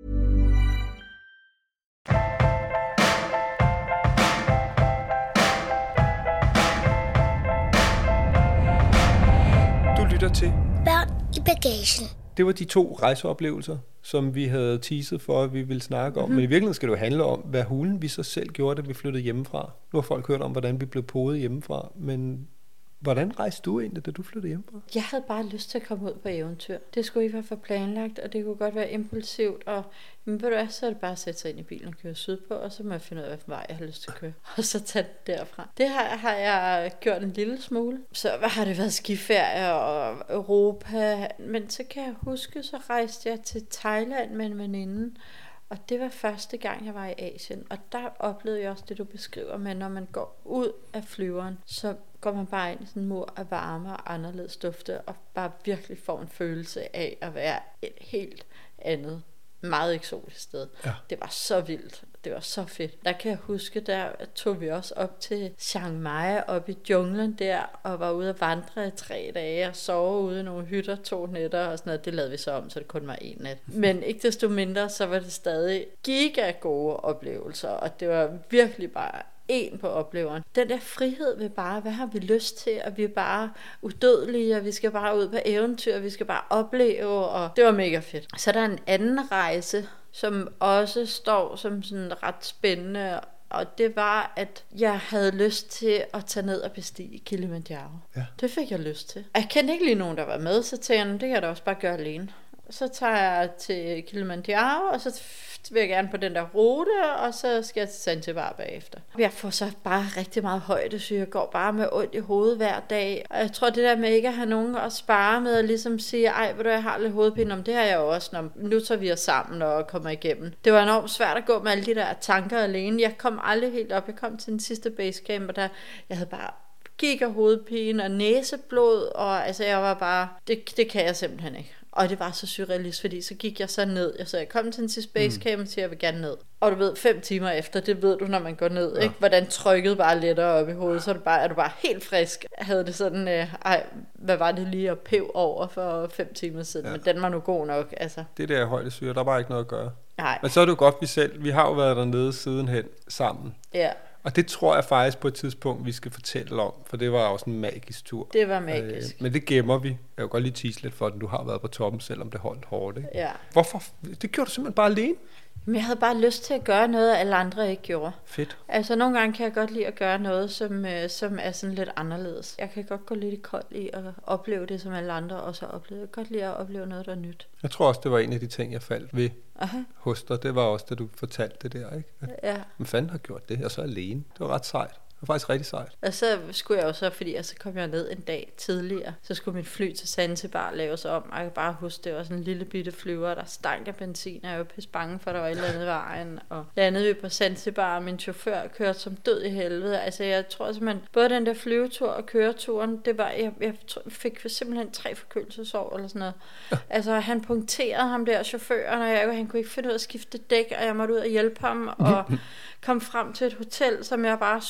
Du lytter til Børn i bagagen. Det var de 2 rejseoplevelser, som vi havde teaset for, at vi ville snakke om. Men i virkeligheden skal det jo handle om, hvad hulen vi så selv gjorde, da vi flyttede hjemmefra. Nu har folk hørt om, hvordan vi blev podet hjemmefra, men hvordan rejste du egentlig, da du flyttede hjemmefra? Jeg havde bare lyst til at komme ud på eventyr. Det skulle ikke være for planlagt, og det kunne godt være impulsivt. Og men ved du hvad, så er det bare at sætte sig ind i bilen og køre sydpå, og så må jeg finde ud af, hvilken vej jeg har lyst til at køre. Og så tage det derfra. Det har jeg gjort en lille smule. Så har det været skiferie og Europa. Men så kan jeg huske, så rejste jeg til Thailand med en veninde. Og det var første gang, jeg var i Asien. Og der oplevede jeg også det, du beskriver med, når man går ud af flyveren, så går man bare ind i sådan en mur af varme og anderledes dufte, og bare virkelig får en følelse af at være et helt andet, meget eksotisk sted. Ja. Det var så vildt. Det var så fedt. Der kan jeg huske, der tog vi også op til Chiang Mai, op i junglen der, og var ude at vandre i 3 dage, og sove ude i nogle hytter 2 nætter, og sådan noget. Det lavede vi så om, så det kun var 1 nat. Men ikke desto mindre, så var det stadig giga gode oplevelser, og det var virkelig bare en på opleveren. Den der frihed ved bare, hvad har vi lyst til, og vi er bare udødelige, og vi skal bare ud på eventyr, og vi skal bare opleve, og det var mega fedt. Så der er en anden rejse, som også står som sådan ret spændende, og det var, at jeg havde lyst til at tage ned og bestige Kilimanjaro. Ja. Det fik jeg lyst til. Jeg kendte ikke lige nogen, der var med, så tænkte jeg, det kan jeg da også bare gøre alene. Så tager jeg til Kilimanjaro, og så vil jeg gerne på den der rute, og så skal jeg til Zanzibar bagefter. Jeg får så bare rigtig meget højde, så jeg går bare med ondt i hovedet hver dag. Og jeg tror, det der med ikke at have nogen at spare med, og ligesom sige, ej, ved du, jeg har lidt hovedpine, om det har jeg også, når nu tager vi os sammen og kommer igennem. Det var enormt svært at gå med alle de der tanker alene. Jeg kom aldrig helt op. Jeg kom til den sidste basecamp, og der, jeg havde bare giga hovedpine og næseblod, og altså jeg var bare, det kan jeg simpelthen ikke. Og det var så surrealist, fordi så gik jeg så ned. Så jeg kom til en sidste basecamp og siger, jeg vil gerne ned. Og du ved, 5 timer efter, det ved du, når man går ned, ikke? Hvordan trykket bare lettere op i hovedet, så er du bare helt frisk. Jeg havde det sådan, hvad var det lige at pæv over for 5 timer siden, men den var nu god nok, altså. Det der højdesyre, der var ikke noget at gøre. Nej. Men så er det jo godt, vi har jo været dernede sidenhen sammen. Ja. Og det tror jeg faktisk på et tidspunkt, vi skal fortælle om, for det var også en magisk tur. Det var magisk. Men det gemmer vi. Jeg vil godt lige tease lidt for, at du har været på toppen, selvom det holdt hårdt, ikke? Ja. Hvorfor? Det gjorde du simpelthen bare alene? Men jeg havde bare lyst til at gøre noget, alle andre ikke gjorde. Fedt. Altså nogle gange kan jeg godt lide at gøre noget, som er sådan lidt anderledes. Jeg kan godt gå lidt i kold i at opleve det, som alle andre også har oplevet. Jeg kan godt lide at opleve noget, der er nyt. Jeg tror også, det var en af de ting, jeg faldt ved hos dig. Det var også, da du fortalte det der, ikke? Ja. Men fanden har gjort det? Jeg er så alene. Det var ret sejt. Det var faktisk rigtig sejt. Og så skulle jeg jo så, fordi så kom jeg ned en dag tidligere, så skulle mit fly til Zanzibar laves om. Og jeg kan bare huske, det var sådan en lille bitte flyver, der stank af benzin, og jeg var pisse bange for, at der var et eller andet i vejen. Og landede vi på Zanzibar, og min chauffør kørte som død i helvede. Altså jeg tror simpelthen, både den der flyvetur og køreturen, det var, jeg fik simpelthen 3 forkølelsesår eller sådan noget. Altså han punkterede ham der, chaufføren, og han kunne ikke finde ud af at skifte dæk, og jeg måtte ud og hjælpe ham, og kom frem til et hotel, som jeg bare synes var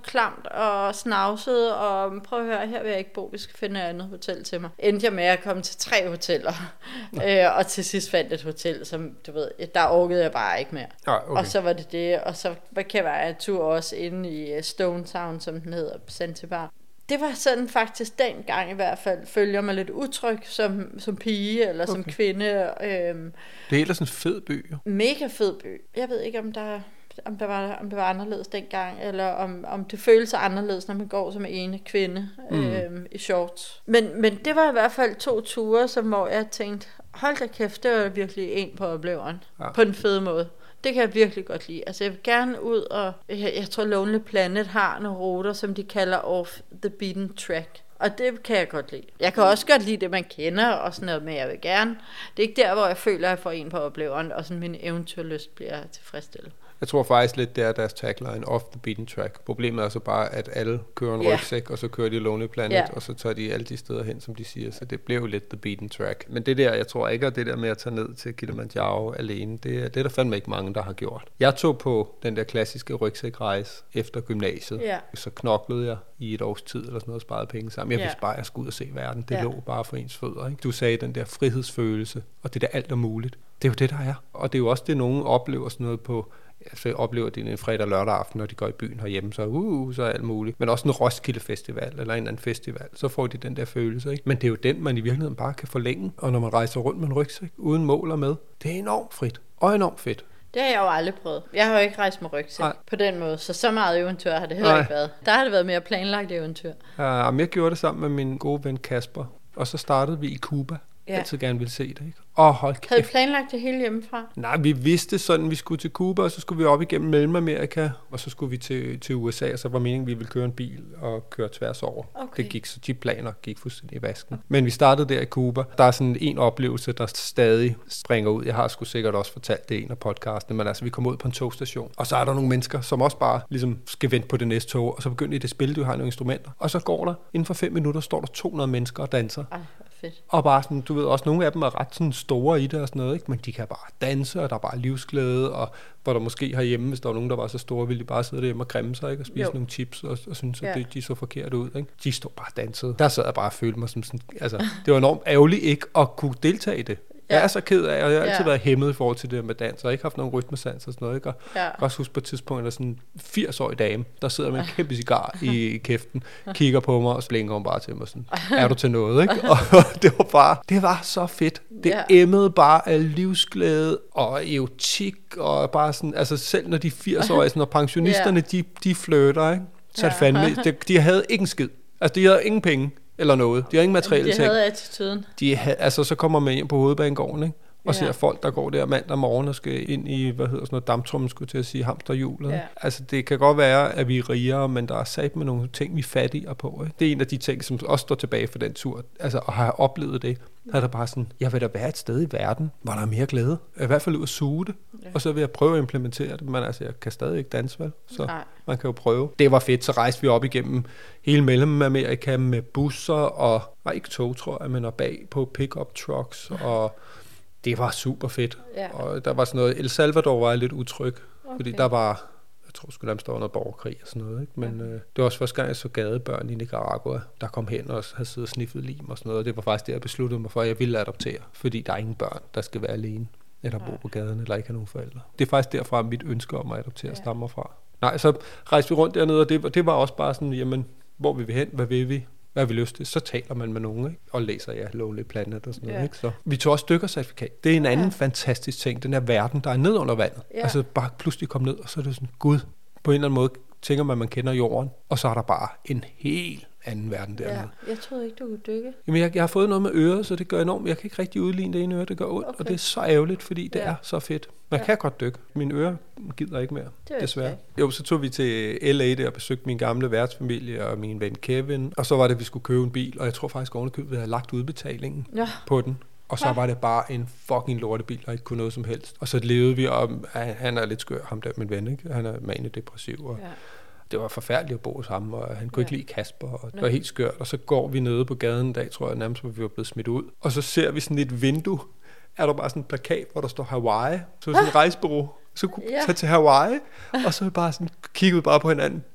klamt og snavset, og prøv at høre, her vil jeg ikke bo, vi skal finde et andet hotel til mig. Endte jeg med at komme til 3 hoteller, og til sidst fandt et hotel, som du ved, der orkede jeg bare ikke mere. Okay. Og så var det, og så kan jeg en tur også inde i Stone Town, som den hedder, Zanzibar. Det var sådan faktisk dengang i hvert fald, følger mig lidt utryg som pige eller som kvinde. Det er ellers en fed by. Jo. Mega fed by. Jeg ved ikke, om det var anderledes dengang, eller om det føles anderledes, når man går som ene kvinde i shorts. Men det var i hvert fald 2 ture, hvor jeg tænkte, hold da kæft, det var virkelig en på opleveren. Ja. På en fed måde. Det kan jeg virkelig godt lide. Altså jeg vil gerne ud, og jeg tror Lonely Planet har nogle ruter, som de kalder off the beaten track. Og det kan jeg godt lide. Jeg kan også godt lide det, man kender og sådan noget, men jeg vil gerne. Det er ikke der, hvor jeg føler, at jeg får en på opleveren, og sådan min eventyrlyst bliver tilfredsstillet. Jeg tror faktisk lidt, det er deres tagline, off the beaten track. Problemet er så bare, at alle kører en rygsæk, og så kører de Lonely Planet, og så tager de alle de steder hen, som de siger. Så det blev lidt the beaten track. Men det der, jeg tror ikke, at det der med at tage ned til Kilimanjaro alene, det er der fandme ikke mange, der har gjort. Jeg tog på den der klassiske rygsækrejse efter gymnasiet. Ja. Så knoklede jeg i et års tid, eller sådan noget, og sparede penge sammen. Jeg vidste bare, at jeg skulle ud og se verden. Det lå bare for ens fødder. Ikke? Du sagde den der frihedsfølelse, og det der alt er muligt. Det er jo det, der er. Og det er jo også det, nogen oplever sådan noget på. Så oplever de en fredag og lørdag aften, når de går i byen herhjemme, så er alt muligt. Men også en Roskilde Festival eller en anden festival, så får de den der følelse. Ikke? Men det er jo den, man i virkeligheden bare kan forlænge. Og når man rejser rundt med en rygsæk uden mål og med, det er enormt frit og enormt fedt. Det har jeg jo aldrig prøvet. Jeg har jo ikke rejst med rygsæk på den måde, så meget eventyr har det heller ikke været. Der har det været mere planlagt eventyr. Jeg gjorde det sammen med min gode ven Kasper, og så startede vi i Cuba. Jeg altid gerne ville se det, ikke? Hold kæft. Havde du planlagt det hele hjemmefra? Nej, vi vidste sådan, vi skulle til Cuba, og så skulle vi op igennem Mellemamerika, og så skulle vi til USA, og så var meningen, at vi ville køre en bil og køre tværs over. Okay. Det gik, så de planer gik fuldstændig i vasken. Men vi startede der i Cuba. Der er sådan en oplevelse, der stadig springer ud. Jeg har sgu sikkert også fortalt det i en af podcastene, men altså, vi kom ud på en togstation, og så er der nogle mennesker, som også bare ligesom skal vente på det næste tog, og så begynder de det spil, du har nogle instrumenter, og så går der, inden for 5 minutter, står der 200 mennesker og danser. Fedt. Og bare sådan, du ved, også nogle af dem er ret sådan store i det og sådan noget, ikke? Men de kan bare danse, og der er bare livsglæde, og hvor der måske herhjemme, hvis der var nogen, der var så store, ville de bare sidde derhjemme og grimme sig, ikke? Og spise nogle chips, og synes, at de så forkert ud, ikke? De stod bare og dansede. Der sad jeg bare og følte mig som sådan, altså, det var enormt ærgerligt ikke at kunne deltage i det. Jeg er så ked af, og jeg har altid været hæmmet i forhold til det med dans, og jeg har ikke haft nogen rytmesans og sådan noget, ikke? Og jeg kan også huske på et tidspunkt, der er sådan en 80-årig dame, der sidder med en kæmpe cigar i kæften, kigger på mig, og så blinker hun bare til mig sådan, er du til noget, ikke? Og det var så fedt. Det emmede bare af livsglæde og erotik, og bare sådan, altså selv når de 80-årige, sådan, og pensionisterne, de flirter, ikke? Så det fandme, de havde ikke en skid. Altså, de havde ingen penge. Eller noget. De har ingen materielle ting. De havde attituden. Altså, så kommer man ind på Hovedbanegården, ikke? Og ser folk, der går der mandag morgen og skal ind i, damptrummen, skulle til at sige, hamsterhjulet. Ja. Altså, det kan godt være, at vi er rigere, men der er sat med nogle ting, vi er fattigere på, ikke? Det er en af de ting, som også står tilbage for den tur. Altså, at have oplevet det, så er der bare sådan, jeg vil da være et sted i verden, hvor der er mere glæde. I hvert fald ud at suge det. Ja. Og så vil jeg prøve at implementere det, men altså, jeg kan stadig ikke danse, vel? Så man kan jo prøve. Det var fedt, så rejste vi op igennem hele Mellemamerika med busser og, ikke tog, tror jeg, men og bag på pick-up trucks, og det var super fedt. Ja. Og der var sådan noget, El Salvador var lidt utryg, fordi der var, jeg tror sgu nærmest, der var noget borgerkrig og sådan noget, ikke? Men det var også første gang, jeg så gadebørn i Nicaragua, der kom hen og havde siddet og sniffet lim og sådan noget, og det var faktisk det, jeg besluttede mig for, at jeg ville adoptere, fordi der er ingen børn, der skal være alene, eller bo på gaden, eller ikke have nogen forældre. Det er faktisk derfra, mit ønske om at adoptere stammer fra. Nej, så rejste vi rundt dernede, og det var også bare sådan, jamen, hvor vil vi hen, hvad vil vi? Hvad har vi lyst til? Så taler man med nogen, ikke? Og læser Lonely Planet og sådan noget, ikke? Så vi tog også dykkercertifikat. Det er en anden fantastisk ting, den her verden, der er ned under vandet. Altså bare pludselig komme ned, og så er det sådan, Gud, på en eller anden måde tænker man kender jorden, og så er der bare en helt anden verden dernede. Jeg troede ikke, du kunne dykke. Jamen, jeg har fået noget med øret, så det gør enormt. Jeg kan ikke rigtig udligne det ene øre, det gør ondt, og det er så ærgerligt, fordi det er så fedt. Man kan godt dykke. Mine ører gider ikke mere, desværre. Jo, så tog vi til LA der og besøgte min gamle værtsfamilie og min ven Kevin, og så var det, at vi skulle købe en bil, og jeg tror faktisk ovenikøbet, vi havde lagt udbetalingen på den. Og så var det bare en fucking lortebil, og ikke kunne noget som helst. Og så levede vi, og han er lidt skør, ham der, min ven, ikke? Han er maniodepressiv, og det var forfærdeligt at bo hos ham, og han kunne ikke lide Kasper, og det var helt skørt. Og så går vi nede på gaden en dag, tror jeg nærmest, hvor vi var blevet smidt ud. Og så ser vi sådan et vindue, er der bare sådan en plakat, hvor der står Hawaii. Så sådan et rejsebureau. Så kunne vi tage til Hawaii, og så bare sådan kiggede bare på hinanden.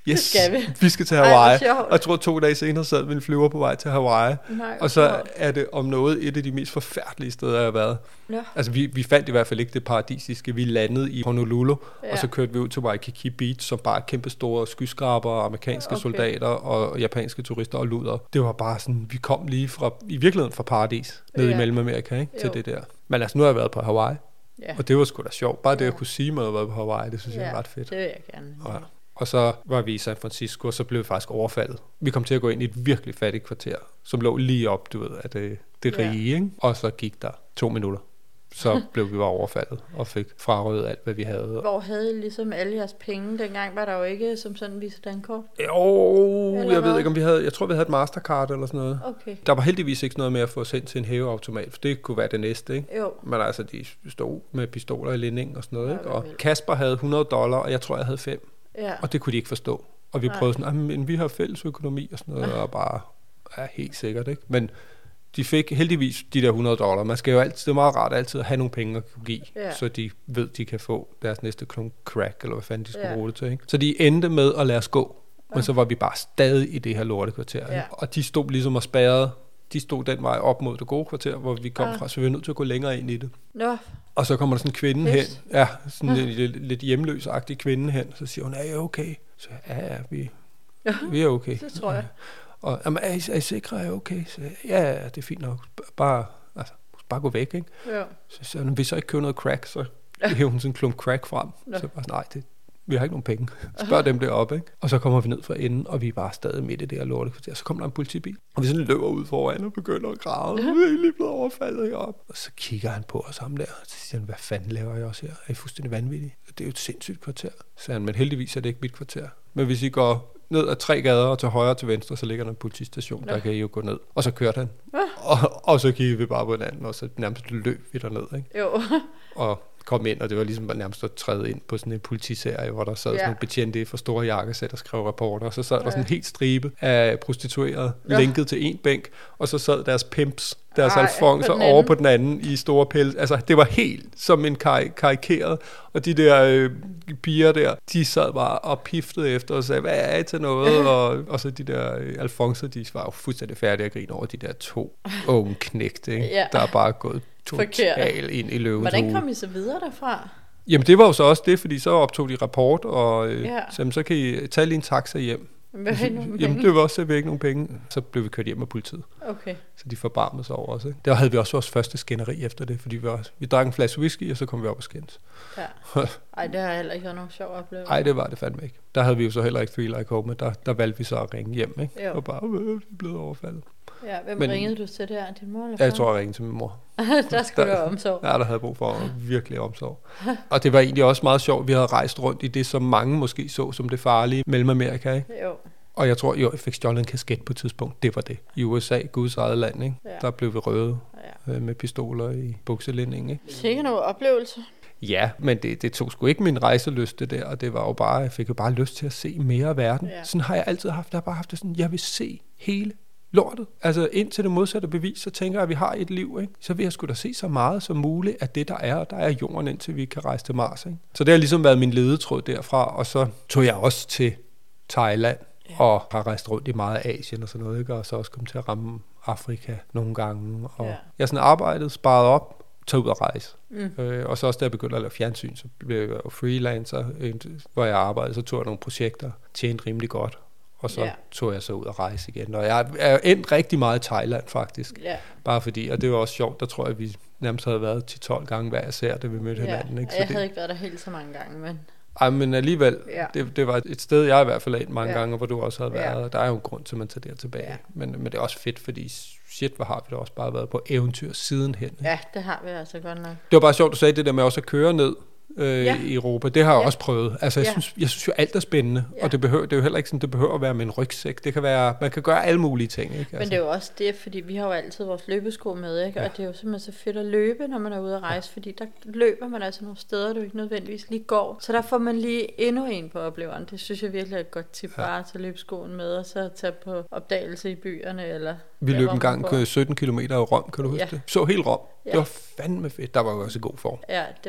yes, skal vi. Vi skal til Hawaii. Ej, og jeg tror 2 dage senere sad vi en flyver på vej til Hawaii. Nej, og så er det om noget et af de mest forfærdelige steder, jeg har været. Ja. Altså vi fandt i hvert fald ikke det paradisiske. Vi landede i Honolulu, og så kørte vi ud til Waikiki Beach, som bare kæmpe store skyskraber, amerikanske soldater og japanske turister og luder. Det var bare sådan, vi kom lige i virkeligheden fra paradis, ned i Mellemamerika, ikke, til det der. Men altså, nu har jeg været på Hawaii, og det var sgu da sjovt. Bare det at kunne sige, at jeg har været på Hawaii, det synes jeg er ret fedt. Det vil jeg gerne. Ja. Og så var vi i San Francisco, og så blev vi faktisk overfaldet. Vi kom til at gå ind i et virkelig fattigt kvarter, som lå lige op, du ved, at det rige, ikke? Og så gik der 2 minutter. Så blev vi bare overfaldet og fik frarøvet alt, hvad vi havde. Hvor havde I ligesom alle jeres penge? Dengang var der jo ikke som sådan Visa Dankort. Jo, jeg ved ikke, om vi havde... Jeg tror, vi havde et Mastercard eller sådan noget. Okay. Der var heldigvis ikke noget med at få sendt til en hæveautomat, for det kunne være det næste, ikke? Jo. Men altså, de stod med pistoler i linding og sådan noget, ikke? Og Kasper havde $100, og jeg tror, jeg havde 5. Ja. Og det kunne de ikke forstå. Og vi prøvede sådan, men vi har fælles økonomi og sådan noget, og bare helt sikkert, ikke? Men de fik heldigvis de der $100. Man skal jo altid, det er meget rart altid at have nogle penge at kunne give, så de ved, de kan få deres næste klump crack, eller hvad fanden de skulle bruge det til, ikke? Så de endte med at lade os gå, men så var vi bare stadig i det her lortekvarter, og de stod ligesom og spærrede. De stod den vej op mod det gode kvarter, hvor vi kom fra, så vi var nødt til at gå længere ind i det. Og så kommer der sådan en kvinde hen, sådan en lidt hjemløsagtig kvinde hen, så siger hun, er I okay? Så vi er okay. Det tror jeg. Og er I sikre, er I okay? Så ja, det er fint nok. Bare gå væk, ikke? Ja. Så siger hun, hvis så ikke købe noget crack, så hæver hun sådan en klump crack frem. Så bare nej, vi har ikke nogen penge. Spørg dem deroppe, ikke? Og så kommer vi ned fra enden, og vi er bare stadig midt i det her lortekvarter. Så kommer der en politibil, og vi sådan løber ud foran og begynder at græde. Vi er lige blevet overfaldet heroppe. Og så kigger han på os ham der, og så siger han, hvad fanden laver jeg også her? Er I fuldstændig vanvittige? Det er jo et sindssygt kvarter. Så han, men heldigvis er det ikke mit kvarter. Men hvis I går ned ad 3 gader og til højre og til venstre, så ligger der en politistation, der kan I jo gå ned. Og så kørte han. Og så kiggede vi bare på hinanden, og så nærmest løb vi derned, ikke? Jo. Og kom ind, og det var ligesom bare nærmest at træde ind på sådan en politiserie, hvor der sad sådan en betjente for store jakkesæt og skrev rapporter, og så sad der sådan en helt stribe af prostituerede linket til en bænk, og så sad deres pimps, deres alfonser over på den anden i store pels. Altså, det var helt som en karikeret, og de der piger der, de sad bare og piftede efter og sagde, hvad er I til noget? Og så de der alfonser, de var jo fuldstændig færdige at grine over de der 2 unge knægte, ikke? Der er bare gået totalt ind i løvens hule. Hvordan kom I så videre derfra? Jamen det var jo så også det, fordi så optog de rapport, og så kan I tage lige en taxa hjem. Jamen det var også, at vi ikke nogen penge. Så blev vi kørt hjem med politiet. Okay. Så de forbarmede sig over os, ikke? Der havde vi også vores første skænderi efter det, fordi vi drak en flaske whisky, og så kom vi op og skændes. Ja. Ej, det har heller ikke været nogen sjov oplevelse. Nej, det var det fandme ikke. Der havde vi jo så heller ikke Three Like Home, men der valgte vi så at ringe hjem, ikke? Jo. Og bare, vi er blevet overfaldet. Ja, hvem ringede du til der? Din mor eller far? Jeg tror, jeg ringede til min mor. Der skulle du have omsorg. Ja, der havde brug for virkelig omsorg. Og det var egentlig også meget sjovt. Vi havde rejst rundt i det, som mange måske så som det farlige Mellemamerika, ikke? Jo. Og jeg tror, jeg fik stjålet en kasket på et tidspunkt. Det var det. I USA, Guds eget land, ikke? Ja. Der blev vi røde med pistoler i bukselindingen, ikke? Sikke nogle oplevelser. Ja, men det tog sgu ikke min rejselyst, det der. Og det var jo bare, jeg fik jo bare lyst til at se mere af verden. Ja. Sådan har jeg altid haft. Jeg har bare haft det sådan, jeg vil se hele lortet. Altså indtil det modsatte bevis, så tænker jeg, at vi har et liv, ikke? Så vil jeg sgu da se så meget som muligt af det, der er jorden, indtil vi kan rejse til Mars, ikke? Så det har ligesom været min ledetråd derfra, og så tog jeg også til Thailand, og har rejst rundt i meget af Asien og sådan noget, ikke? Og så også kommet til at ramme Afrika nogle gange. Og jeg har sådan arbejdet, sparet op, taget ud at rejse. Og så også da jeg begyndte at lave fjernsyn, så blev jeg jo freelancer, hvor jeg arbejdede, så tog jeg nogle projekter, tjente rimelig godt. Og så tog jeg så ud og rejse igen. Og jeg er endt rigtig meget i Thailand, faktisk. Bare fordi, og det var også sjovt, der tror jeg, vi nærmest havde været 10-12 gange hver især, da vi mødte hinanden. Ikke? Så jeg havde ikke været der helt så mange gange, men... Ej, men alligevel, det var et sted, jeg i hvert fald mange gange, hvor du også havde været. Der er jo en grund til, at man tager der tilbage. Men det er også fedt, fordi shit, hvor har vi da også bare været på eventyr sidenhen. Ikke? Ja, det har vi altså godt nok. Det var bare sjovt, du sagde det der med også at køre ned i Europa. Det har jeg også prøvet. Altså, jeg synes jo, alt er spændende. Og det er jo heller ikke sådan, det behøver at være med en rygsæk. Det kan være, man kan gøre alle mulige ting. Ikke? Altså. Men det er jo også det, fordi vi har jo altid vores løbesko med, ikke? Og det er jo simpelthen så fedt at løbe, når man er ude at rejse, fordi der løber man altså nogle steder, du ikke nødvendigvis lige går. Så der får man lige endnu en på opleveren. Det synes jeg virkelig er et godt tip, bare at tage løbeskoen med, og så tage på opdagelse i byerne, eller... Vi løb en gang 17 kilometer i Rom, kan du huske det? Så helt Rom. Det var fandme fedt. Der var jo også i god form. Ja, det var vi.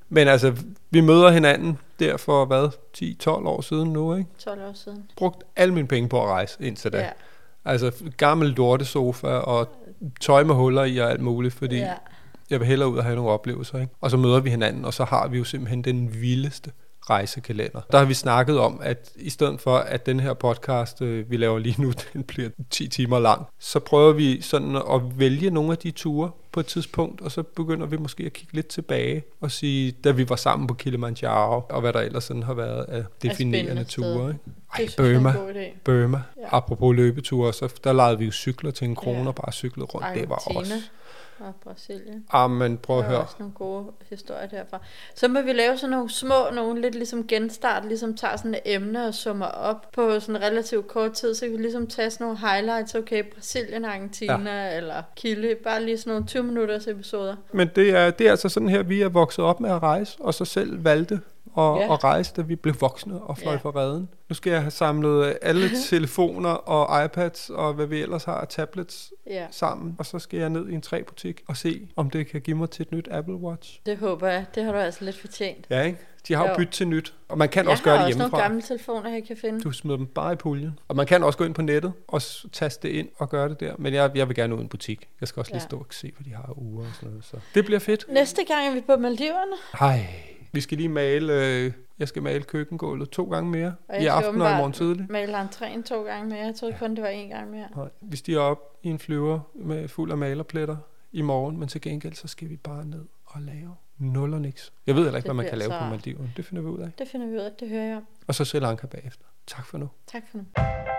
Men altså, vi møder hinanden der for, 10-12 år siden nu, ikke? 12 år siden. Brugt alle mine penge på at rejse indtil da. Ja. Altså, gammel lortesofa og tøj med huller i og alt muligt, fordi jeg vil hellere ud og have nogle oplevelser, ikke? Og så møder vi hinanden, og så har vi jo simpelthen den vildeste rejsekalender. Der har vi snakket om, at i stedet for, at den her podcast, vi laver lige nu, den bliver 10 timer lang, så prøver vi sådan at vælge nogle af de ture på et tidspunkt, og så begynder vi måske at kigge lidt tilbage og sige, da vi var sammen på Kilimanjaro, og hvad der ellers sådan har været af definerende ture. Ikke? Burma. Ja. Apropos løbeture, så der lejede vi jo cykler til 1 krone og bare cyklede rundt. Det var også... Og Brasilien. Men prøv at høre. Der er også nogle gode historier derfra. Så må vi lave sådan nogle små, nogle lidt ligesom genstart, ligesom tager sådan et emne og summer op på sådan relativt kort tid, så kan vi ligesom tage sådan nogle highlights, okay, Brasilien, Argentina eller Chile, bare lige sådan nogle 20 minutters episoder. Men det er altså sådan her, vi er vokset op med at rejse, og så selv valgte at rejse, da vi blev voksne og fløj fra reden. Nu skal jeg have samlet alle telefoner og iPads og hvad vi ellers har af tablets sammen, og så skal jeg ned i en træbutik og se, om det kan give mig til et nyt Apple Watch. Det håber jeg. Det har du altså lidt fortjent. Ja, ikke? De har jo byttet til nyt, og man kan også gøre det hjemmefra. Jeg har også nogle gamle telefoner, jeg kan finde. Du smider dem bare i puljen. Og man kan også gå ind på nettet og taste det ind og gøre det der. Men jeg vil gerne ud i en butik. Jeg skal også lige stå og se, hvad de har af uger og sådan noget. Så det bliver fedt. Næste gang er vi på Maldiverne. Hej. Vi skal lige male... Jeg skal male køkkengulvet 2 gange mere i aften og i morgen tidlig. Male entréen 2 gange mere. Jeg troede kun, det var 1 gang mere. Nej. Vi stiger op i en flyver med fuld af malerpletter i morgen, men til gengæld så skal vi bare ned og lave 0 og niks. Jeg ved heller ikke, hvad man kan lave på Maldiverne. Det finder vi ud af. Det hører jeg om. Og så Sri Lanka bagefter. Tak for nu. Tak for nu.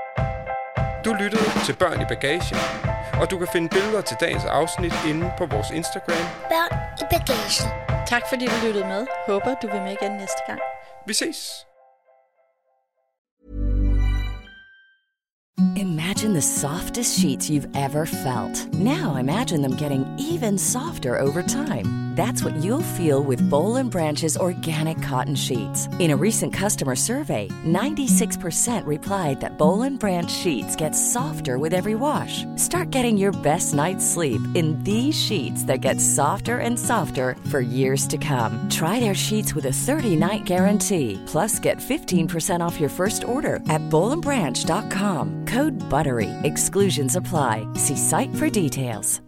Du lyttede til Børn i bagagen, og du kan finde billeder til dagens afsnit inde på vores Instagram. Børn i bagagen. Tak fordi du lyttede med. Håber du vil med igen næste gang. Vi ses. Imagine the softest sheets you've ever felt. Now imagine them getting even softer over time. That's what you'll feel with Boll & Branch's organic cotton sheets. In a recent customer survey, 96% replied that Boll & Branch sheets get softer with every wash. Start getting your best night's sleep in these sheets that get softer and softer for years to come. Try their sheets with a 30-night guarantee. Plus, get 15% off your first order at bollandbranch.com. Code BUTTERY. Exclusions apply. See site for details.